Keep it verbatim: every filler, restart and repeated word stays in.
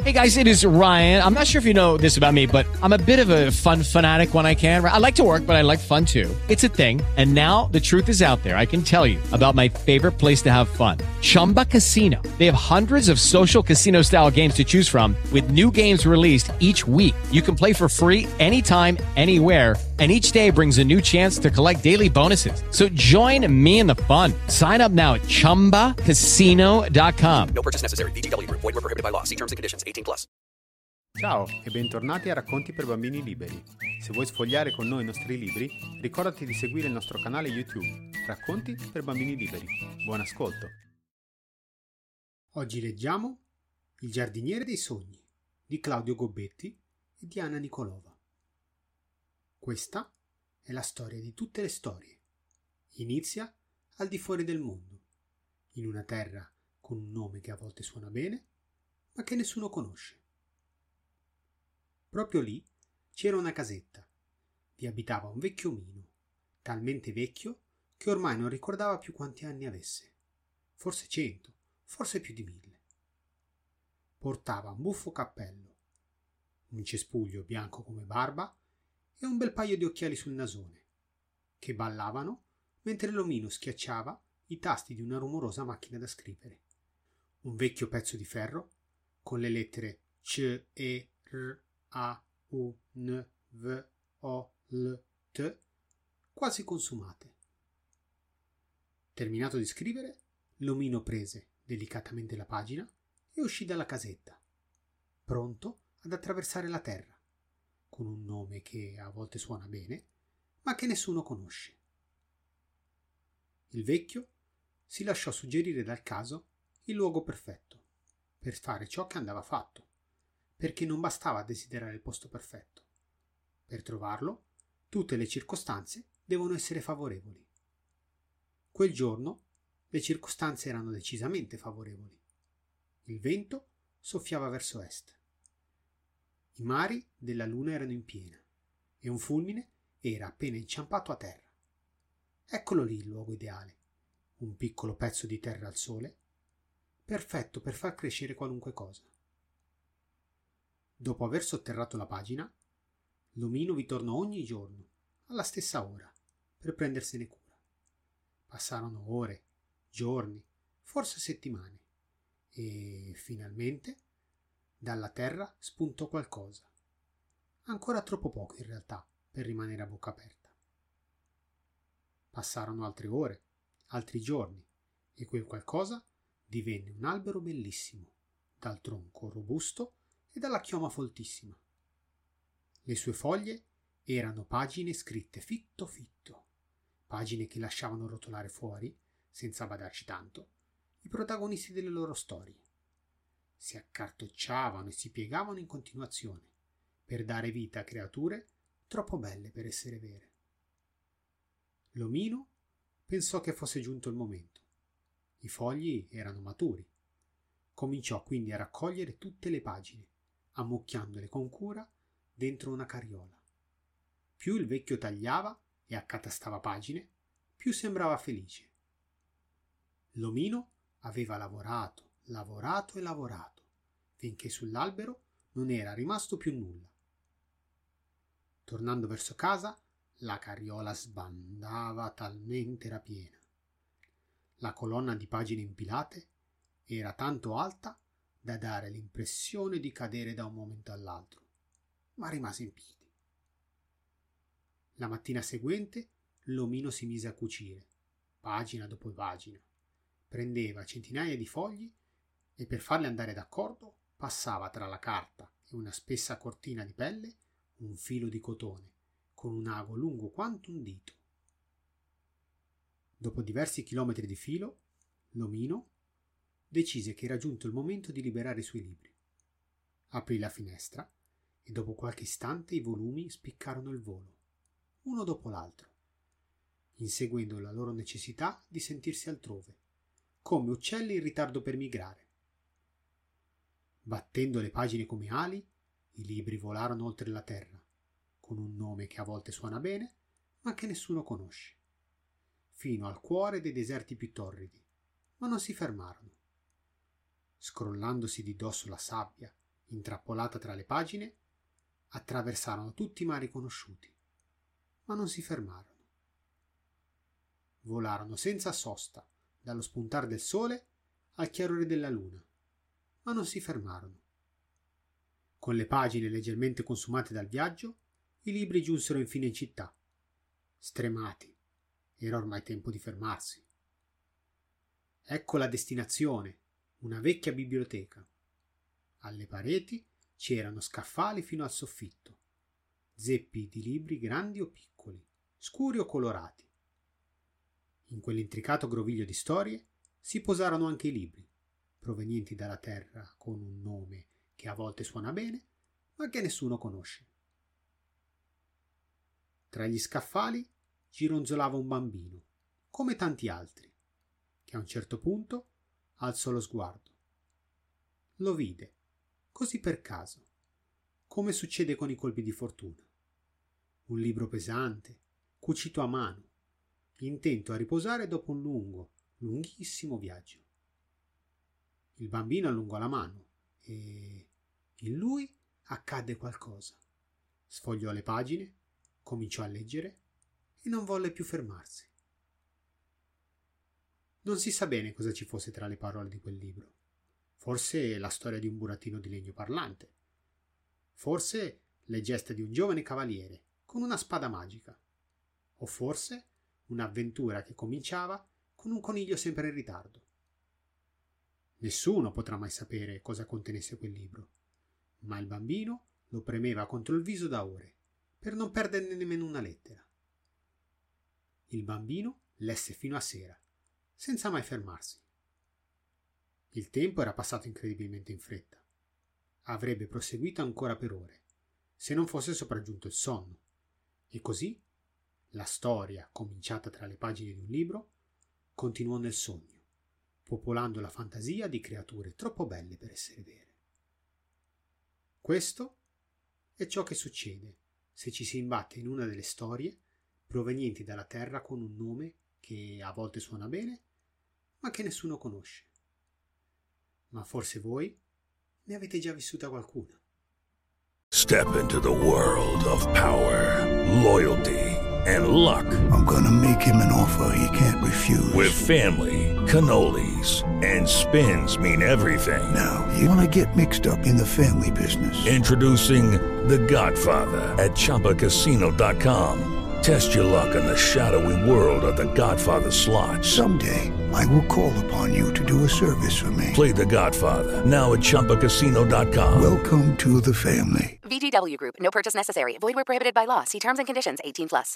Hey guys, it is Ryan. I'm not sure if you know this about me, but I'm a bit of a fun fanatic when I can. I like to work, but I like fun too. It's a thing. And now the truth is out there. I can tell you about my favorite place to have fun. Chumba Casino. They have hundreds of social casino style games to choose from with new games released each week. You can play for free anytime, anywhere. And each day brings a new chance to collect daily bonuses. So join me in the fun. Sign up now at chumba casino dot com. No purchase necessary. V G W Group. Void where prohibited by law. See terms and conditions. eighteen plus. Ciao e bentornati a Racconti per bambini liberi. Se vuoi sfogliare con noi i nostri libri, ricordati di seguire il nostro canale YouTube Racconti per bambini liberi. Buon ascolto. Oggi leggiamo Il giardiniere dei sogni di Claudio Gobbetti e di Anna Nicolova. Questa è la storia di tutte le storie. Inizia al di fuori del mondo, in una terra con un nome che a volte suona bene, ma che nessuno conosce. Proprio lì c'era una casetta. Vi abitava un vecchio omino, talmente vecchio che ormai non ricordava più quanti anni avesse. Forse cento, forse più di mille. Portava un buffo cappello, un cespuglio bianco come barba e un bel paio di occhiali sul nasone, che ballavano mentre l'omino schiacciava i tasti di una rumorosa macchina da scrivere. Un vecchio pezzo di ferro con le lettere C, E, R, A, U, N, V, O, L, T quasi consumate. Terminato di scrivere, l'omino prese delicatamente la pagina e uscì dalla casetta, pronto ad attraversare la terra, con un nome che a volte suona bene, ma che nessuno conosce. Il vecchio si lasciò suggerire dal caso il luogo perfetto per fare ciò che andava fatto, perché non bastava desiderare il posto perfetto. Per trovarlo, tutte le circostanze devono essere favorevoli. Quel giorno le circostanze erano decisamente favorevoli. Il vento soffiava verso est. I mari della luna erano in piena e un fulmine era appena inciampato a terra. Eccolo lì il luogo ideale, un piccolo pezzo di terra al sole, perfetto per far crescere qualunque cosa. Dopo aver sotterrato la pagina, l'omino vi tornò ogni giorno, alla stessa ora, per prendersene cura. Passarono ore, giorni, forse settimane, e finalmente dalla terra spuntò qualcosa. Ancora troppo poco in realtà per rimanere a bocca aperta. Passarono altre ore, altri giorni, e quel qualcosa divenne un albero bellissimo, dal tronco robusto e dalla chioma foltissima. Le sue foglie erano pagine scritte fitto fitto, pagine che lasciavano rotolare fuori, senza badarci tanto, i protagonisti delle loro storie. Si accartocciavano e si piegavano in continuazione, per dare vita a creature troppo belle per essere vere. L'omino pensò che fosse giunto il momento. I fogli erano maturi. Cominciò quindi a raccogliere tutte le pagine, ammucchiandole con cura dentro una carriola. Più il vecchio tagliava e accatastava pagine, più sembrava felice. L'omino aveva lavorato, lavorato e lavorato, finché sull'albero non era rimasto più nulla. Tornando verso casa, la carriola sbandava talmente era piena. La colonna di pagine impilate era tanto alta da dare l'impressione di cadere da un momento all'altro, ma rimase in piedi. La mattina seguente l'omino si mise a cucire, pagina dopo pagina. Prendeva centinaia di fogli e per farli andare d'accordo passava tra la carta e una spessa cortina di pelle un filo di cotone con un ago lungo quanto un dito. Dopo diversi chilometri di filo, l'omino decise che era giunto il momento di liberare i suoi libri. Aprì la finestra e dopo qualche istante i volumi spiccarono il volo, uno dopo l'altro, inseguendo la loro necessità di sentirsi altrove, come uccelli in ritardo per migrare. Battendo le pagine come ali, i libri volarono oltre la terra, con un nome che a volte suona bene, ma che nessuno conosce, fino al cuore dei deserti più torridi, ma non si fermarono. Scrollandosi di dosso la sabbia intrappolata tra le pagine, attraversarono tutti i mari conosciuti, ma non si fermarono. Volarono senza sosta dallo spuntar del sole al chiarore della luna, ma non si fermarono. Con le pagine leggermente consumate dal viaggio, i libri giunsero infine in città. Stremati, era ormai tempo di fermarsi. Ecco la destinazione, una vecchia biblioteca. Alle pareti c'erano scaffali fino al soffitto, zeppi di libri grandi o piccoli, scuri o colorati. In quell'intricato groviglio di storie si posarono anche i libri, provenienti dalla terra con un nome che a volte suona bene, ma che nessuno conosce. Tra gli scaffali gironzolava un bambino, come tanti altri, che a un certo punto alzò lo sguardo. Lo vide, così per caso, come succede con i colpi di fortuna. Un libro pesante, cucito a mano, intento a riposare dopo un lungo, lunghissimo viaggio. Il bambino allungò la mano e in lui accadde qualcosa. Sfogliò le pagine, cominciò a leggere e non volle più fermarsi. Non si sa bene cosa ci fosse tra le parole di quel libro. Forse la storia di un burattino di legno parlante. Forse le gesta di un giovane cavaliere con una spada magica. O forse un'avventura che cominciava con un coniglio sempre in ritardo. Nessuno potrà mai sapere cosa contenesse quel libro, ma il bambino lo premeva contro il viso da ore, per non perderne nemmeno una lettera. Il bambino lesse fino a sera, senza mai fermarsi. Il tempo era passato incredibilmente in fretta. Avrebbe proseguito ancora per ore, se non fosse sopraggiunto il sonno, e così la storia, cominciata tra le pagine di un libro, continuò nel sogno, popolando la fantasia di creature troppo belle per essere vere. Questo è ciò che succede se ci si imbatte in una delle storie provenienti dalla terra con un nome che a volte suona bene, ma che nessuno conosce. Ma forse voi ne avete già vissuta qualcuna. Step into the world of power, loyalty, and luck. I'm gonna make him an offer he can't refuse. With family, cannolis, and spins mean everything. Now, you wanna get mixed up in the family business. Introducing The Godfather at Chumba Casino dot com. Test your luck in the shadowy world of The Godfather slot. Someday, I will call upon you to do a service for me. Play The Godfather, now at Chumba Casino dot com. Welcome to the family. V G W Group. No purchase necessary. Void where prohibited by law. See terms and conditions. eighteen plus.